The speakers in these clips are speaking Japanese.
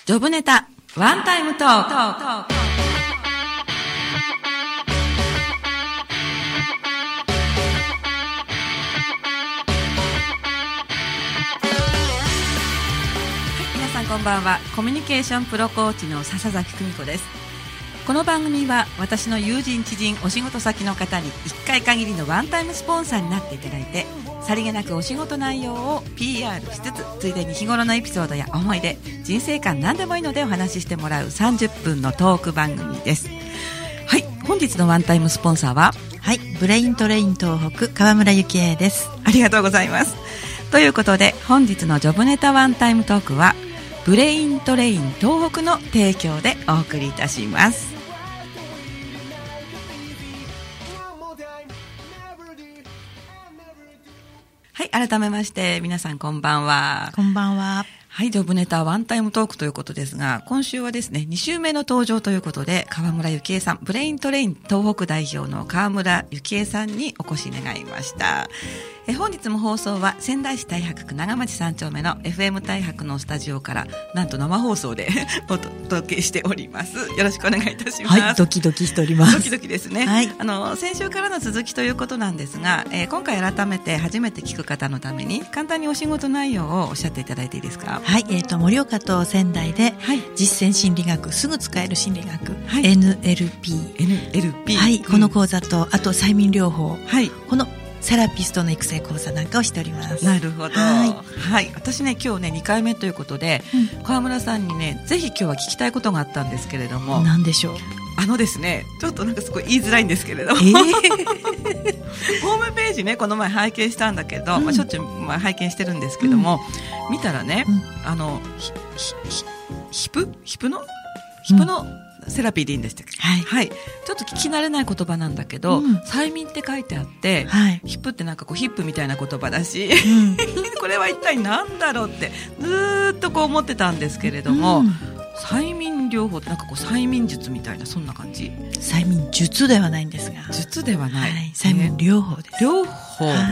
ジョブネタワンタイムトーク。皆さんこんばんは。コミュニケーションプロコーチの笹崎久美子です。この番組は私の友人知人お仕事先の方に1回限りのワンタイムスポンサーになっていただいて、さりげなくお仕事内容を PR しつつ、ついでに日頃のエピソードや思い出、人生観何でもいいのでお話ししてもらう30分のトーク番組です。はい、本日のワンタイムスポンサーは、 はい、ブレイントレイン東北川村幸恵です。 ありがとうございます。ということで本日のジョブネタワンタイムトークはブレイントレイン東北の提供でお送りいたします。はい、改めまして皆さんこんばんは。 こんばんは。 はい、ジョブネタワンタイムトークということですが、今週はですね2週目の登場ということで、川村幸恵さん、ブレイントレイン東北代表の川村幸恵さんにお越し願いました。本日も放送は仙台市太白区長町3丁目の FM 太白のスタジオからなんと生放送でお届けしております。よろしくお願いいたします。 はい、ドキドキしております。 ドキドキですね。はい、先週からの続きということなんですが、今回改めて初めて聞く方のために簡単にお仕事内容をおっしゃっていただいていいですか？ はい、盛岡と仙台で実践心理学、すぐ使える心理学、はい、NLP、はい、この講座と、あと催眠療法、はい、このセラピストの育成講座なんかをしております。 なるほど。はい、はい、私ね今日ね2回目ということで、川村さんにねぜひ今日は聞きたいことがあったんですけれども。 何でしょう？ ですね、ちょっとなんかすごい言いづらいんですけれども、ホームページねこの前拝見したんだけど、しょっちゅう拝見してるんですけども、見たらね、ヒプのセラピーでいいんでしたっけ？はい、はい、ちょっと聞き慣れない言葉なんだけど、催眠って書いてあって、はい、ヒップってなんかこうヒップみたいな言葉だし、これは一体何だろうってずっとこう思ってたんですけれども、催眠療法ってなんかこう催眠術みたいなそんな感じ？ 催眠術ではないんですが、 術ではない、はい、 催眠療法です。 療法、はい、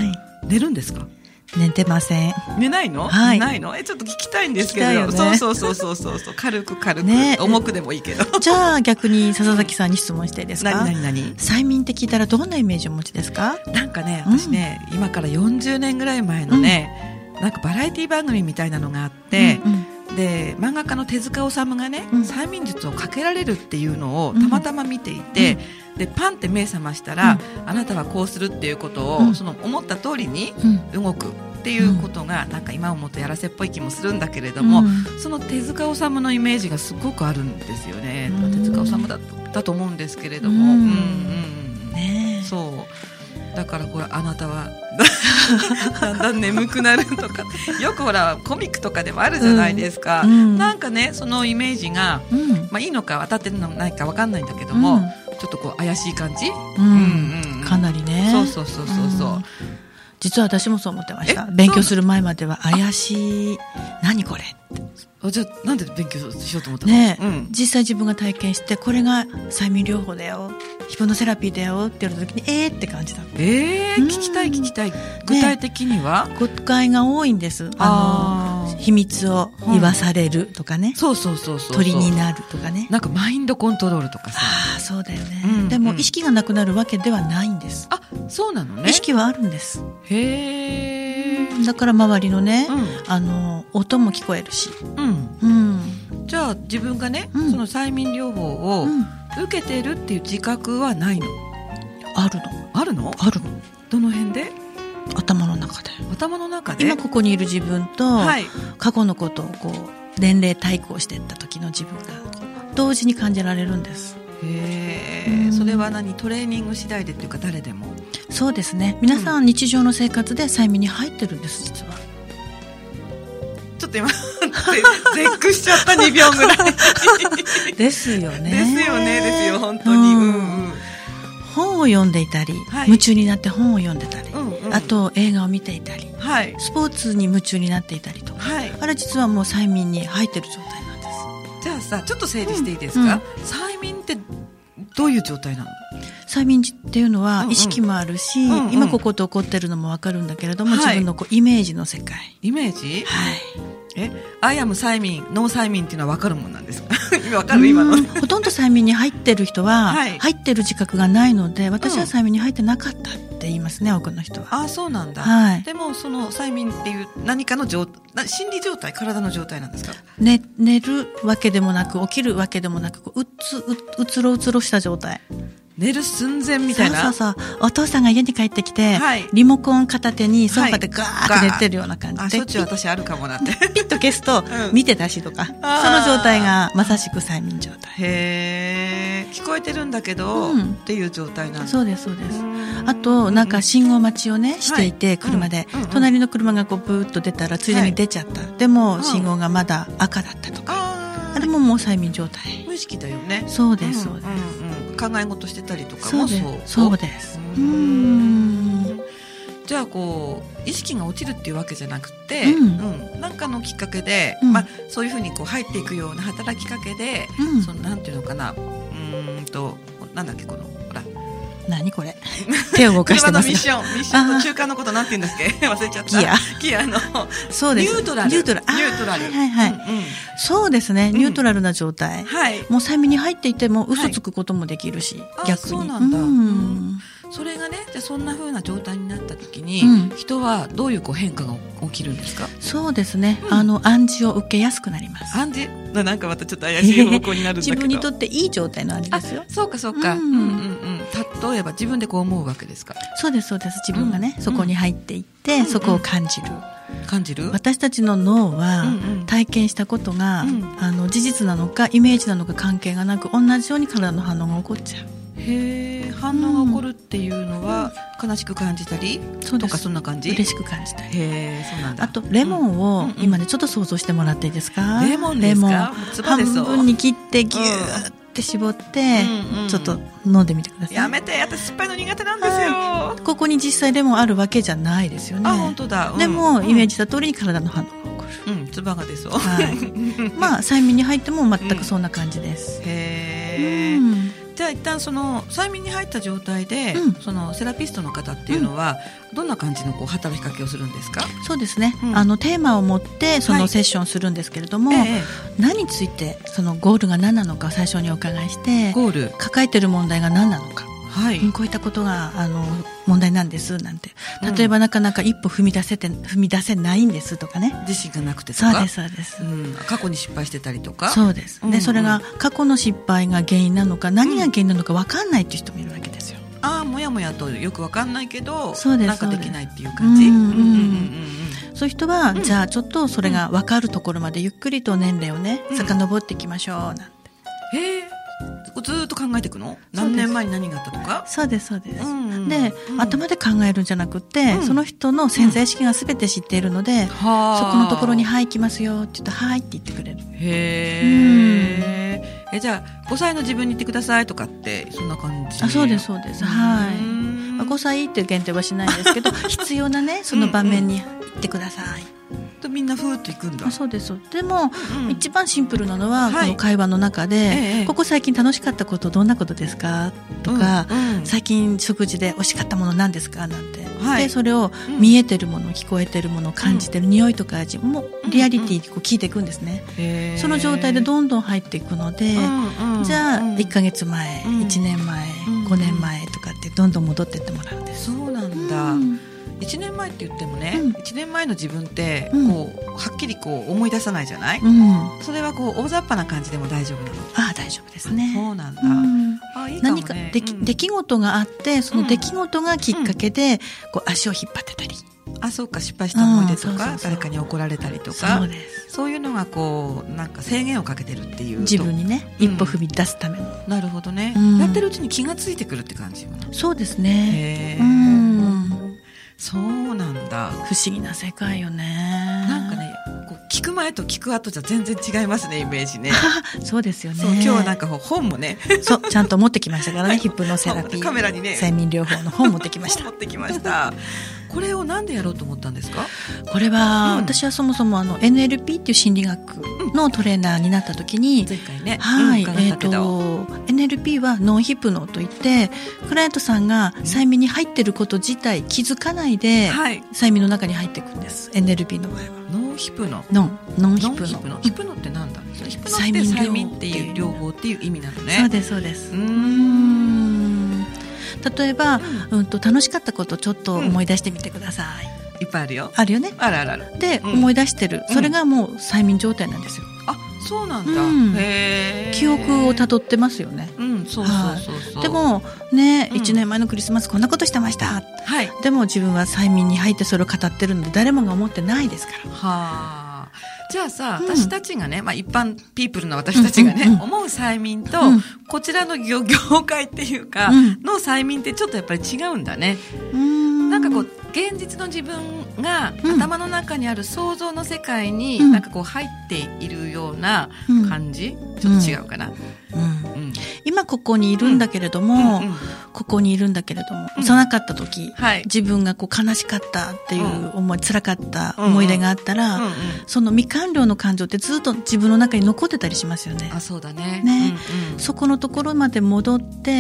寝るんですか？ 寝てません。 寝ないの？はい、寝ないの？ちょっと聞きたいんですけど、ね、そう軽く、ね、重くでもいいけど。 じゃあ逆に笹崎さんに質問していいですか？ 何？ 催眠って聞いたらどんなイメージをお持ちですか？ なんかね、私ね、今から40年ぐらい前のね、なんかバラエティ番組みたいなのがあって、で漫画家の手塚治虫がね、催眠術をかけられるっていうのをたまたま見ていて、でパンって目覚ましたら、あなたはこうするっていうことを、その思った通りに動くっていうことが、なんか今思うとやらせっぽい気もするんだけれども、その手塚治虫のイメージがすごくあるんですよね。手塚治虫だと思うんですけれども、ね、そうだからこれあなたはだんだん眠くなるとかよくほらコミックとかでもあるじゃないですか、なんかねそのイメージが、いいのか当たってるのないか分かんないんだけども、ちょっとこう怪しい感じ、 かなりね。 そう、 実は私もそう思ってました。勉強する前までは怪しい、何これって。 じゃあなんで勉強しようと思ったの？ ね、実際自分が体験して、これが催眠療法だよ、ヒプノセラピーだよって言われた時にって感じだった。 聞きたい。具体的には、 誤解が多いんです。秘密を言わされるとかね、そう鳥になるとかね、 なんかマインドコントロールとかさ。 そうだよね、でも意識がなくなるわけではないんです。 そうなのね。 意識はあるんです。 へー。 だから周りのね、音も聞こえるし、 じゃあ自分がね、その催眠療法を受けてるっていう自覚はないの？ あるの。 どの辺で？ 頭の中で。今ここにいる自分と、過去のことをこう年齢対抗していった時の自分が同時に感じられるんです。 それはトレーニング次第でっていうか誰でも？ そうですね、皆さん日常の生活で催眠に入ってるんです。実はちょっと今絶句しちゃった2秒ぐらいですよね。 ですよ本当に、 本を読んでいたり、夢中になって本を読んでたり、あと映画を見ていたり、スポーツに夢中になっていたりとか、あれ実はもう催眠に入ってる状態なんです。 じゃあさ、ちょっと整理していいですか？催眠ってどういう状態なの？ 催眠っていうのは意識もあるし、今ここと起こってるのも分かるんだけれども、自分のイメージの世界。 イメージ？ はい。 アイアム催眠、ノー催眠っていうのは分かるもんなんですか？分かる今の。 ほとんど催眠に入ってる人は、入ってる自覚がないので、私は催眠に入ってなかったって言いますね、多くの人は。 そうなんだ。 はい。 でもその催眠っていう何かの心理状態、体の状態なんですか？ 寝るわけでもなく、起きるわけでもなく、うつろした状態。 寝る寸前みたいな。 そうお父さんが家に帰ってきて、リモコン片手にソファでガーって寝てるような感じで、 そっち私あるかもなってピッと消すと見てたしとか、その状態がまさしく催眠状態。 へー、聞こえてるんだけど、っていう状態なんです。 そうです。あとなんか信号待ちをねしていて、車で、隣の車がこうブーッと出たらついでに出ちゃった、でも信号がまだ赤だったとか、あれももう催眠状態。 無意識だよね。 そうです。 考え事してたりとかもそうです。 じゃあこう意識が落ちるっていうわけじゃなくて、なんかのきっかけで、そういうふうにこう入っていくような働きかけで、そのなんていうのかな、なんだっけ、このほら、 何これ手を動かしてますね。 車のミッションの中間のことなんて言うんだっけ忘れちゃった。ギアのそうです。 ニュートラル。 そうですね、ニュートラルな状態。もう催眠に入っていても嘘つくこともできるし、逆に。 そうなんだ。それがね、じゃあそんな風な状態になった時に、人はどういう変化が起きるんですか？ そうですね、暗示を受けやすくなります。 暗示？なんかまたちょっと怪しい方向になるんだけど。 自分にとっていい状態の暗示ですよ。 そうか。例えば自分でこう思うわけですか？ そうです。自分がね、そこに入っていって、そこを感じる。私たちの脳は体験したことが、事実なのかイメージなのか関係がなく、同じように体の反応が起こっちゃう。 反応が起こるっていうのは、悲しく感じたりとか、そんな感じ？ 嬉しく感じたり。 そうなんだ。 あとレモンを今ねちょっと想像してもらっていいですか？ レモンですか？ 半分に切ってギューって絞って、ちょっと飲んでみてください。 やめて、私酸っぱいの苦手なんですよ。 ここに実際レモンあるわけじゃないですよね。 本当だ。 でもイメージした通りに体の反応が起こる。 唾が出そう。 催眠に入っても全くそんな感じです。 じゃあ一旦その催眠に入った状態で、そのセラピストの方っていうのは、どんな感じの働きかけをするんですか？ そうですね、テーマを持ってそのセッションするんですけれども、何についてそのゴールが何なのかを最初にお伺いして、 ゴール、 抱えている問題が何なのか、こういったことが問題なんですなんて、例えばなかなか一歩踏み出せないんですとかね、 自信がなくてとか。 そうです、 過去に失敗してたりとか。 そうです、でそれが過去の失敗が原因なのか、何が原因なのか分かんないっていう人もいるわけですよ。 もやもやとよく分かんないけど、 なんかできないっていう感じ。 そういう人は、じゃあちょっとそれが分かるところまでゆっくりと年齢をね、遡っていきましょうなんて。 ずーっと考えていくの？何年前に何があったとか？ そうです。で、頭で考えるんじゃなくて、その人の潜在意識が全て知っているので、そこのところに行きますよって言うと、はいって言ってくれる。 じゃあ5歳の自分に言ってくださいとかって、そんな感じ？ そうです。5歳っていう限定はしないんですけど、必要なね、その場面に行ってください。 とみんなふーっと行くんだ。 そうです。でも、一番シンプルなのは、この会話の中で、ここ最近楽しかったことどんなことですかとか、最近食事で美味しかったもの何ですかなんて、でそれを見えてるもの、聞こえてるもの、感じてる匂いとか味もリアリティにこう聞いていくんですね。その状態でどんどん入っていくので、じゃあ1ヶ月前、1年前、5年前とかってどんどん戻っていってもらうんです。 そうなんだ。1年前って言ってもね、1年前の自分ってこうはっきりこう思い出さないじゃない？それはこう大雑把な感じでも大丈夫なの？ 大丈夫ですね。 そうなんだ。いいかもね。 何か出来事があって、その出来事がきっかけでこう足を引っ張ってたり、 そうか、失敗した思い出とか、誰かに怒られたりとか、そういうのがこうなんか制限をかけてるっていう、 自分にね、一歩踏み出すための。 なるほどね。やってるうちに気がついてくるって感じ。 そうですね。 そうなんだ。 不思議な世界よね。 なんかね、こう聞く前と聞く後じゃ全然違いますね、イメージね。 そうですよね。 今日はなんか本もね、 ちゃんと持ってきましたからね、ヒプノセラピー、 カメラにね、 催眠療法の本持ってきました。 持ってきました。 これをなんでやろうと思ったんですか？ これは、私はそもそもNLP っていう心理学のトレーナーになった時に、 前回ね、 はい、NLP はノンヒプノといって、クライアントさんが催眠に入ってること自体気づかないで、催眠の中に入っていくんです。NLP の場合はノンヒプノ。 ノンヒプノ。 ヒプノってなんだ？ヒプノって催眠っていう療法っていう意味なのね。 そうですそうです。例えば、楽しかったことをちょっと思い出してみてください。 いっぱいあるよ。 あるよね。 あるあるある。 で、思い出してる。それがもう催眠状態なんですよ。 あ、そうなんだ。へー。 記憶をたどってますよね。 そう。 でもね、1年前のクリスマスこんなことしてました。はい。でも自分は催眠に入ってそれを語ってるので誰もが思ってないですから。 はあ。じゃあさ、私たちがね、一般ピープルの私たちがね、思う催眠と、こちらの業界っていうか、の催眠ってちょっとやっぱり違うんだね。なんかこう、現実の自分が頭の中にある想像の世界になんかこう入っているような感じ、ちょっと違うかな。 今ここにいるんだけれども、幼かった時、自分がこう悲しかったっていう思い、辛かった思い出があったら、その未完了の感情ってずっと自分の中に残ってたりしますよね。 あ、そうだね。 そこのところまで戻って、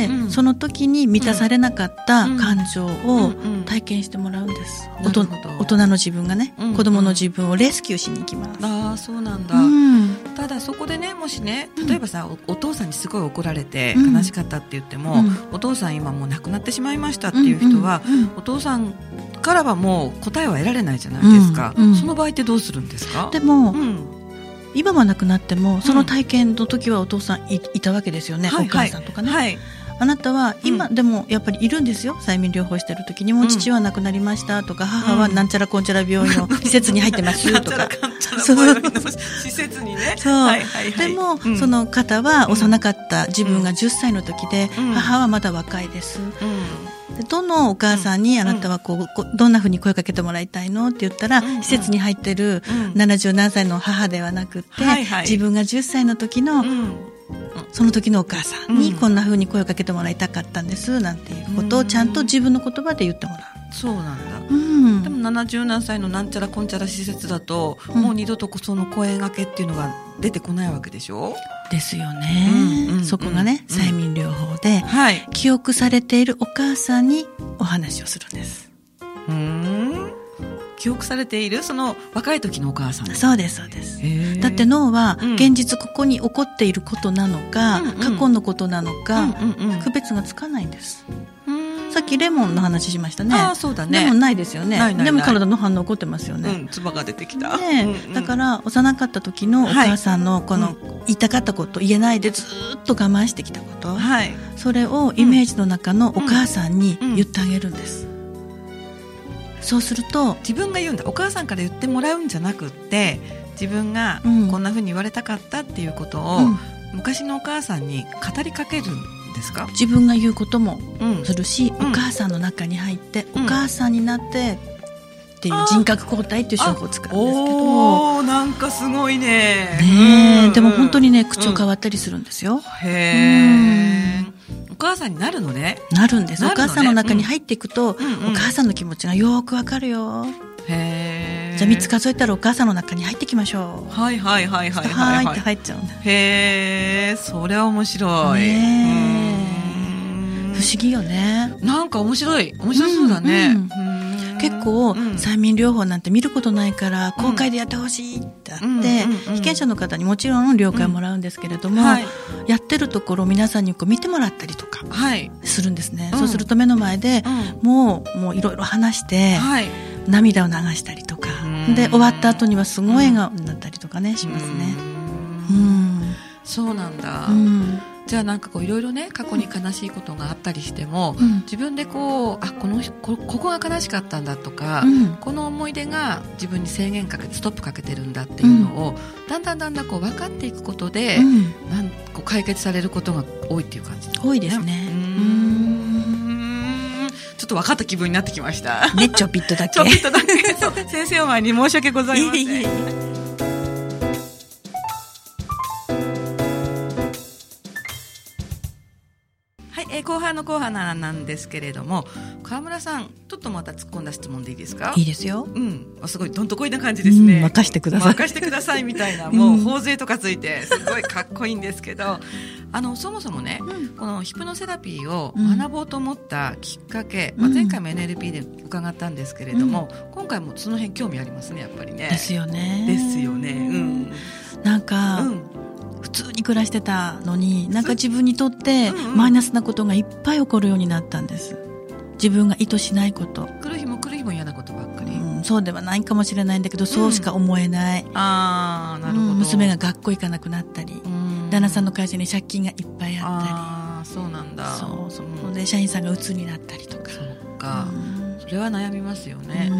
その時に満たされなかった感情を体験してもらうんです。大人の自分がね、子供の自分をレスキューしに行きます。 ああ、そうなんだ。ただそこでね、もしね、例えばさ、お父さんにすごい怒られて悲しかったって言っても、お父さん今もう亡くなってしまいましたっていう人は、お父さんからはもう答えは得られないじゃないですか。その場合ってどうするんですか？ でも、今は亡くなってもその体験の時はお父さん いたわけですよね。お母さんとかね。あなたは今でもやっぱりいるんですよ。催眠療法してる時にも父は亡くなりましたとか、母はなんちゃらこんちゃら病院の施設に入ってますとか、 施設にね。 でもその方は幼かった自分が10歳の時で、母はまだ若いです。でどのお母さんにあなたはどんなふうに声かけてもらいたいのって言ったら、施設に入ってる70何歳の母ではなくって、自分が10歳の時のその時のお母さんにこんな風に声をかけてもらいたかったんですなんていうことをちゃんと自分の言葉で言ってもらう。 そうなんだ。でも70何歳のなんちゃらこんちゃら施設だと、もう二度とその声掛けっていうのが出てこないわけでしょ？ですよね。そこがね、催眠療法で、記憶されているお母さんにお話をするんです。 記憶されているその若い時のお母さん。 そうですそうです。だって脳は現実ここに起こっていることなのか、過去のことなのか、区別がつかないんです。さっきレモンの話しましたね。 ああ、そうだね。 レモンないですよね。でも体の反応起こってますよね。 唾が出てきた。 だから幼かった時のお母さんのこの言いたかったこと、言えないでずっと我慢してきたこと、それをイメージの中のお母さんに言ってあげるんです。そうすると自分が言うんだ。お母さんから言ってもらうんじゃなくって、自分がこんな風に言われたかったっていうことを、昔のお母さんに語りかけるんですか？ 自分が言うこともするし、お母さんの中に入って、お母さんになってっていう人格交代っていう手法を使うんですけど、 なんかすごいね。 でも本当にね、口調変わったりするんですよ。 お母さんになるのね。 なるんです。お母さんの中に入っていくと、お母さんの気持ちがよくわかるよ。じゃあ3つ数えたらお母さんの中に入ってきましょう。 はいって入っちゃうんだ。 それは面白い。 不思議よね。 なんか面白そうだね。 結構、催眠療法なんて見ることないから公開でやってほしいってあって、被験者の方にもちろん了解をもらうんですけれども、やってるところを皆さんに見てもらったりとかするんですね。そうすると目の前でもういろいろ話して、涙を流したりとかで、終わった後にはすごい笑顔になったりとかね、しますね。 そうなんだ。じゃあなんかいろいろね、過去に悲しいことがあったりしても、自分でここが悲しかったんだとか、この思い出が自分に制限かけてストップかけてるんだっていうのを、だんだん分かっていくことで、解決されることが多いっていう感じですね。 多いですね。 ちょっと分かった気分になってきましたね。ちょびっとだけ先生お前に申し訳ございません。 後半のコーナーなんですけれども、川村さんちょっとまた突っ込んだ質問でいいですか？ いいですよ。 すごいどんとこいな感じですね。 任してください。 任してくださいみたいな、もう頬杖とかついてすごいかっこいいんですけどそもそもね、このヒプノセラピーを学ぼうと思ったきっかけ、前回も NLP で伺ったんですけれども、今回もその辺興味ありますね、やっぱりね。 ですよね。 ですよね。 なんか、普通に暮らしてたのに、なんか自分にとってマイナスなことがいっぱい起こるようになったんです。自分が意図しないこと、来る日も嫌なことばっかり、そうではないかもしれないんだけど、そうしか思えない、 なるほど。 娘が学校行かなくなったり、旦那さんの会社に借金がいっぱいあったり、 そうなんだ。 そうで社員さんが鬱になったりとか。 そうか、それは悩みますよね。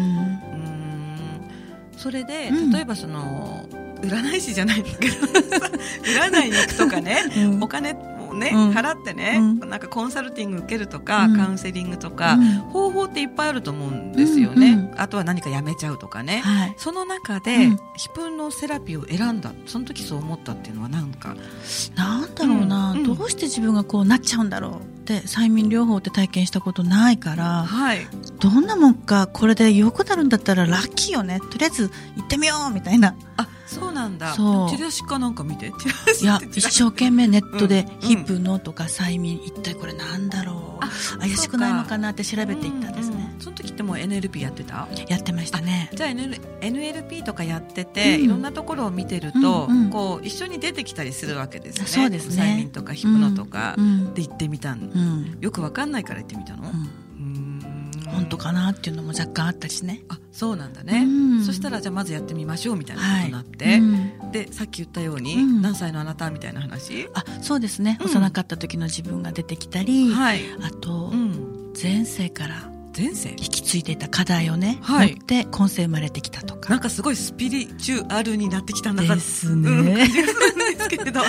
それで例えば占い師じゃないんだけど占いに行くとかね、お金をね、払ってね、なんかコンサルティング受けるとか、カウンセリングとか、方法っていっぱいあると思うんですよね。あとは何かやめちゃうとかね、その中で、ヒプノセラピーを選んだ、その時そう思ったっていうのはなんだろうな、どうして自分がこうなっちゃうんだろうって催眠療法って体験したことないから、どんなもんか、これで良くなるんだったらラッキーよね、とりあえず行ってみようみたいな。 そうなんだ。チラシかなんか見て。 いや、一生懸命ネットでヒプノとか催眠、一体これなんだろう、怪しくないのかなって調べていったんですね。 その時ってもう NLP やってた？ やってましたね。 じゃあ NLP とかやってて、いろんなところを見てると、こう一緒に出てきたりするわけですね。 そうですね。 催眠とかヒプノとかで行ってみたの。よくわかんないから行ってみたの？ 本当かなっていうのも若干あったしね。 そうなんだね。そしたらじゃあまずやってみましょうみたいなことになって、でさっき言ったように、何歳のあなたみたいな話。 そうですね、幼かった時の自分が出てきたり、あと、前世から引き継いでいた課題をね、持って今世生まれてきたとか、 なんかすごいスピリチュアルになってきたんだですね。 ですけれど、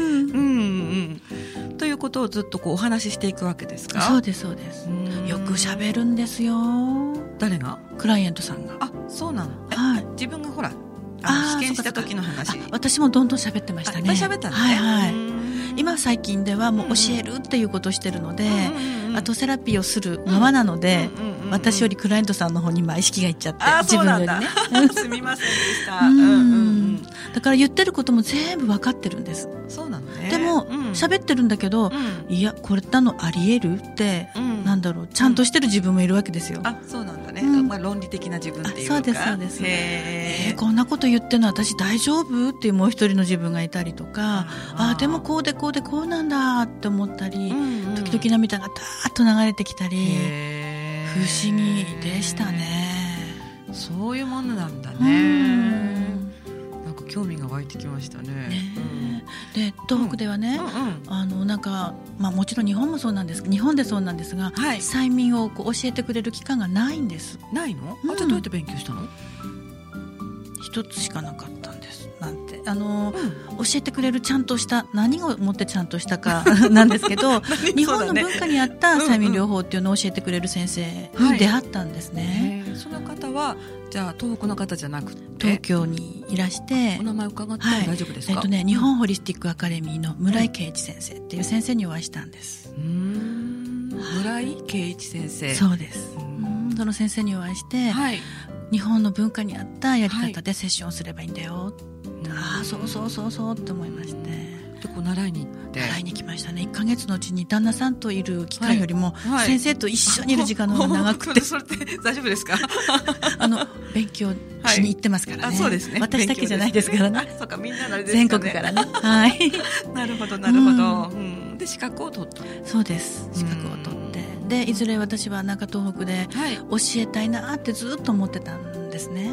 ということをずっとこうお話ししていくわけですか？ そうですそうです。よく喋るんですよ。 誰が？ クライアントさんが。 そうなの。自分がほら試験した時の話。 私もどんどん喋ってましたね。 いっぱい喋ったんですね。 今最近ではもう教えるっていうことをしてるので、あとセラピーをする側なので、私よりクライアントさんの方に意識がいっちゃって、自分よりね。 すみませんでした。 だから言ってることも全部分かってるんです。 そうなのね。 でも喋ってるんだけど、いやこれなのありえるって、なんだろう、ちゃんとしてる自分もいるわけですよ。 そうなんだね。論理的な自分っていうか。 そうですそうです。こんなこと言ってるの私大丈夫っていうもう一人の自分がいたりとか、でもこうでこうでこうなんだって思ったり、時々涙がダーッと流れてきたり、不思議でしたね。 そういうものなんだね。なんか興味が湧いてきましたね。 で東北ではね、なんか、もちろん日本もそうなんですが、日本でそうなんですが、催眠をこう教えてくれる機関がないんです。 ないの？じゃあどうやって勉強したの？ 一つしかなかったんです。なんて教えてくれるちゃんとした何をもってちゃんとしたかなんですけど日本の文化に合った催眠療法っていうのを教えてくれる先生に出会ったんですね。 その方はじゃあ東北の方じゃなくて東京にいらして、 お名前伺っても大丈夫ですか？ 日本ホリスティックアカデミーの村井圭一先生っていう先生にお会いしたんです。 村井圭一先生。 そうです。その先生にお会いして、日本の文化に合ったやり方でセッションをすればいいんだよ、そうって思いまして、 でこう習いに行きましたね。1ヶ月のうちに旦那さんといる期間よりも、先生と一緒にいる時間の方が長くてそれって大丈夫ですか？ 勉強しに行ってますからね。 そうですね。 私だけじゃないですからね。 そうか、みんなのあれですかね。 全国からね。 なるほどなるほど。で資格を取った。 そうです。資格を取って、でいずれ私は中東北で教えたいなってずっと思ってたんですね。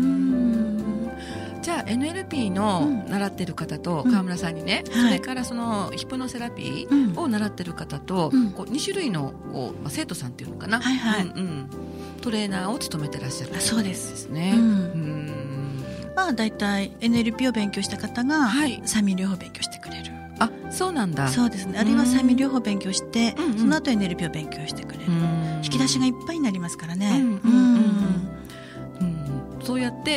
じゃあ NLP の習ってる方と川村さんにね、それからそのヒプノセラピーを習ってる方と、こう2種類のこう、生徒さんっていうのかな、トレーナーを務めてらっしゃる。 そうですね。 だいたい NLP を勉強した方が催眠療法を勉強してくれる。 そうなんだ。 そうですね。あるいは催眠療法を勉強して、その後 NLP を勉強してくれる。引き出しがいっぱいになりますからね。 そうやって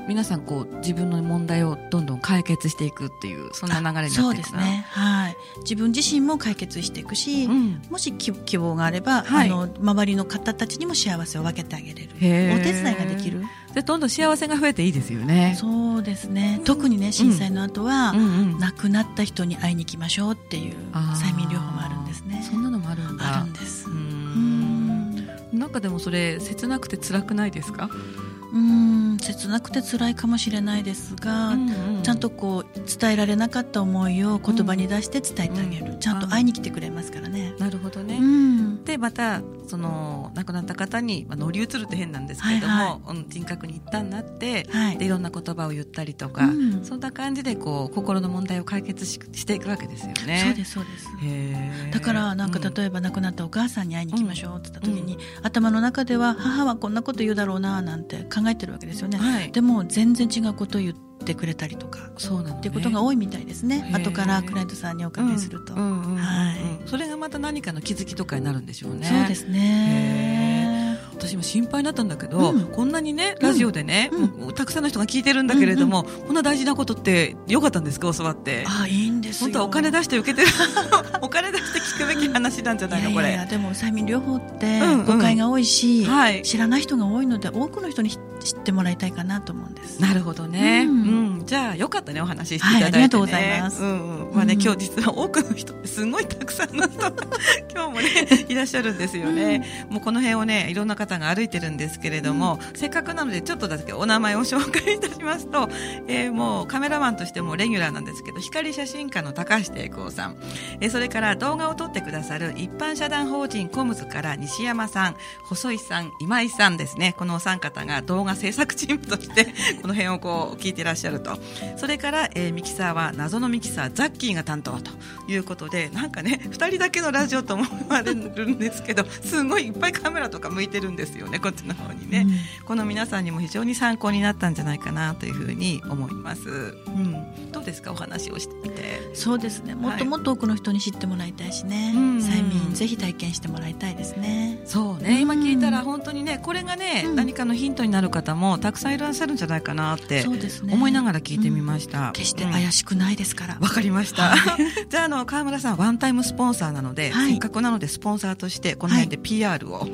皆さんこう自分の問題をどんどん解決していくっていうそんな流れになっていくかな。 そうですね、はい、自分自身も解決していくし、もし希望があれば、周りの方たちにも幸せを分けてあげれる、お手伝いができる。 でどんどん幸せが増えていいですよね。 そうですね、特にね震災の後は、亡くなった人に会いに行きましょうっていう催眠療法もあるんですね。 そんなのもあるんだ。 あるんです。 なんかでもそれ切なくて辛くないですか？ 切なくて辛いかもしれないですが、ちゃんとこう伝えられなかった思いを言葉に出して伝えてあげる、ちゃんと会いに来てくれますからね。 なるほどね、でまたその亡くなった方に、乗り移るって変なんですけれども、人格に一旦なって、でいろんな言葉を言ったりとか、そんな感じでこう心の問題を解決 していくわけですよね。 そうですそうです。だからなんか例えば亡くなったお母さんに会いに行きましょうって言った時に、頭の中では母はこんなこと言うだろうななんて考えてるわけですよね、でも全然違うことを言ってくれたりとか、そうなの、っていうことが多いみたいですね。後からクライアントさんにお伺いすると、 それがまた何かの気づきとかになるんでしょうね。 そうですね。 私も心配になったんだけど、こんなにねラジオでね、もうたくさんの人が聞いてるんだけれども、こんな大事なことってよかったんですか？教わって。 いいんですよ。 本当はお金出して受けてるお金出して聞くべき話なんじゃないのこれ。 いやでも催眠療法って誤解が多いし、知らない人が多いので多くの人に知ってもらいたいかなと思うんです。 なるほどね、じゃあよかったねお話ししていただいて、ね、 ありがとうございます。 まあね、今日実は多くの人すごいたくさんの人今日もねいらっしゃるんですよね、もうこの辺をねいろんな方が歩いてるんですけれども、せっかくなのでちょっとだけお名前を紹介いたしますと、もうカメラマンとしてもレギュラーなんですけど光写真家の高橋栄光さん、それから動画を撮ってくださる一般社団法人コムズから西山さん、細井さん、今井さんですね。このお三方が動画制作チームとしてこの辺をこう聞いていらっしゃると。それから、ミキサーは謎のミキサーザッキーが担当ということで、なんかね2人だけのラジオと思われるんですけど、すごいいっぱいカメラとか向いてるんですよね、こっちの方にね、この皆さんにも非常に参考になったんじゃないかなというふうに思います、どうですかお話をしてみて。 そうですね、もっともっと多くの人に知ってもらいたいしね、催眠ぜひ体験してもらいたいですね。 そうね、今聞いたら本当にねこれがね、何かのヒントになる方もたくさんいらっしゃるんじゃないかなって思いながら聞いてみました、 決して怪しくないですから。 わかりました、じゃあ川村さんワンタイムスポンサーなので、せっかくなのでスポンサーとしてこの辺で PR を、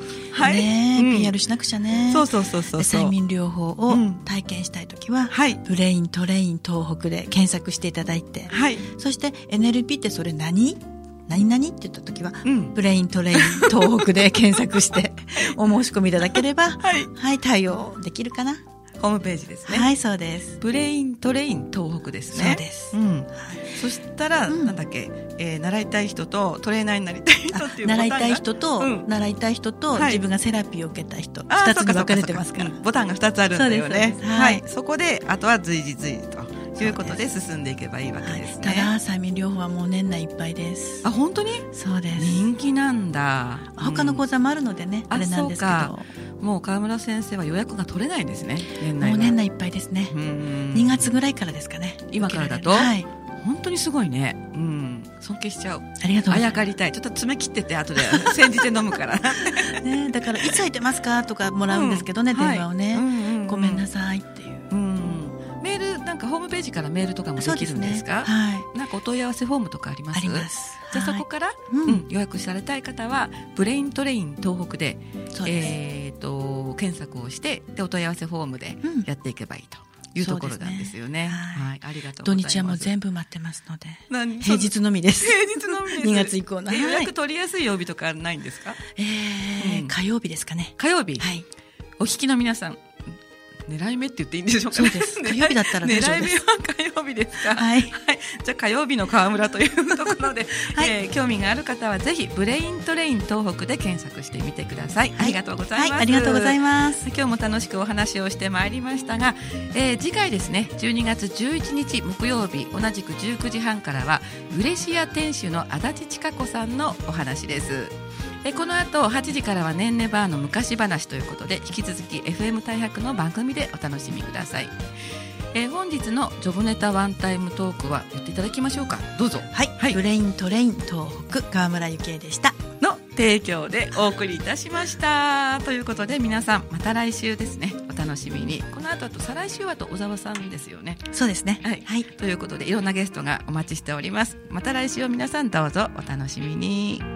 PR しなくちゃね。 そう催眠療法を体験したいときは、ブレイントレイン東北で検索していただいて、そして NLP ってそれ何々って言ったときは、ブレイントレイン東北で検索してお申し込みいただければ、対応できるかな。 ホームページですね。 はい、そうです。 ブレイントレイン東北ですね。 そうです。 そしたら、なんだっけ、習いたい人とトレーナーになりたい人っていうボタンが、 習いたい人と自分がセラピーを受けたい人、2つに分かれてますから。 ボタンが2つあるんだよね。そこであとは随時ということで進んでいけばいいわけですね。 ただ催眠療法はもう年内いっぱいです。 本当に？ そうです。 人気なんだ。 他の講座もあるのでね、あれなんですけど、 もう川村先生は予約が取れないんですね。年内はもう年内いっぱいですね。2月ぐらいからですかね。 今からだと、本当にすごいね。尊敬しちゃう。 ありがとうございます。 あやかりたい。ちょっと爪切ってって後で煎じて飲むからね。だからいつ空いてますかとかもらうんですけどね、電話をね、ごめんなさいっていう。 メールなんかホームページからメールとかもできるんですか？なんかお問い合わせフォームとかあります？ あります。 じゃあそこから、予約されたい方はブレイントレイン東北で、検索をしてでお問い合わせフォームでやっていけばいいというところなんですよね。ありがとうございます。 土日はもう全部待ってますので、平日のみです。 平日のみです。 2月以降の予約取りやすい曜日とかないんですか？ 火曜日ですかね。 火曜日。お聞きの皆さん。狙い目って言っていいんでしょうか？ そうです。火曜日だったら大丈夫です。 狙い目は火曜日ですか？はい。じゃあ火曜日の川村というところで、興味がある方はぜひブレイントレイン東北で検索してみてください。ありがとうございます。 ありがとうございます。 今日も楽しくお話をしてまいりましたが、次回ですね、12月11日木曜日同じく19時半からはウレシア店主の足立千佳子さんのお話です。この後8時からはねんねバーの昔話ということで、引き続き FM 大白の番組でお楽しみください。本日のジョブネタワンタイムトークは言っていただきましょうか。どうぞ。 ブレイントレイン東北川村ゆきえでしたの提供でお送りいたしましたということで、皆さんまた来週ですね、お楽楽しみに。この後再来週は小沢さんですよね。 そうですね。 はい。ということでいろんなゲストがお待ちしております。また来週を皆さんどうぞお楽しみに。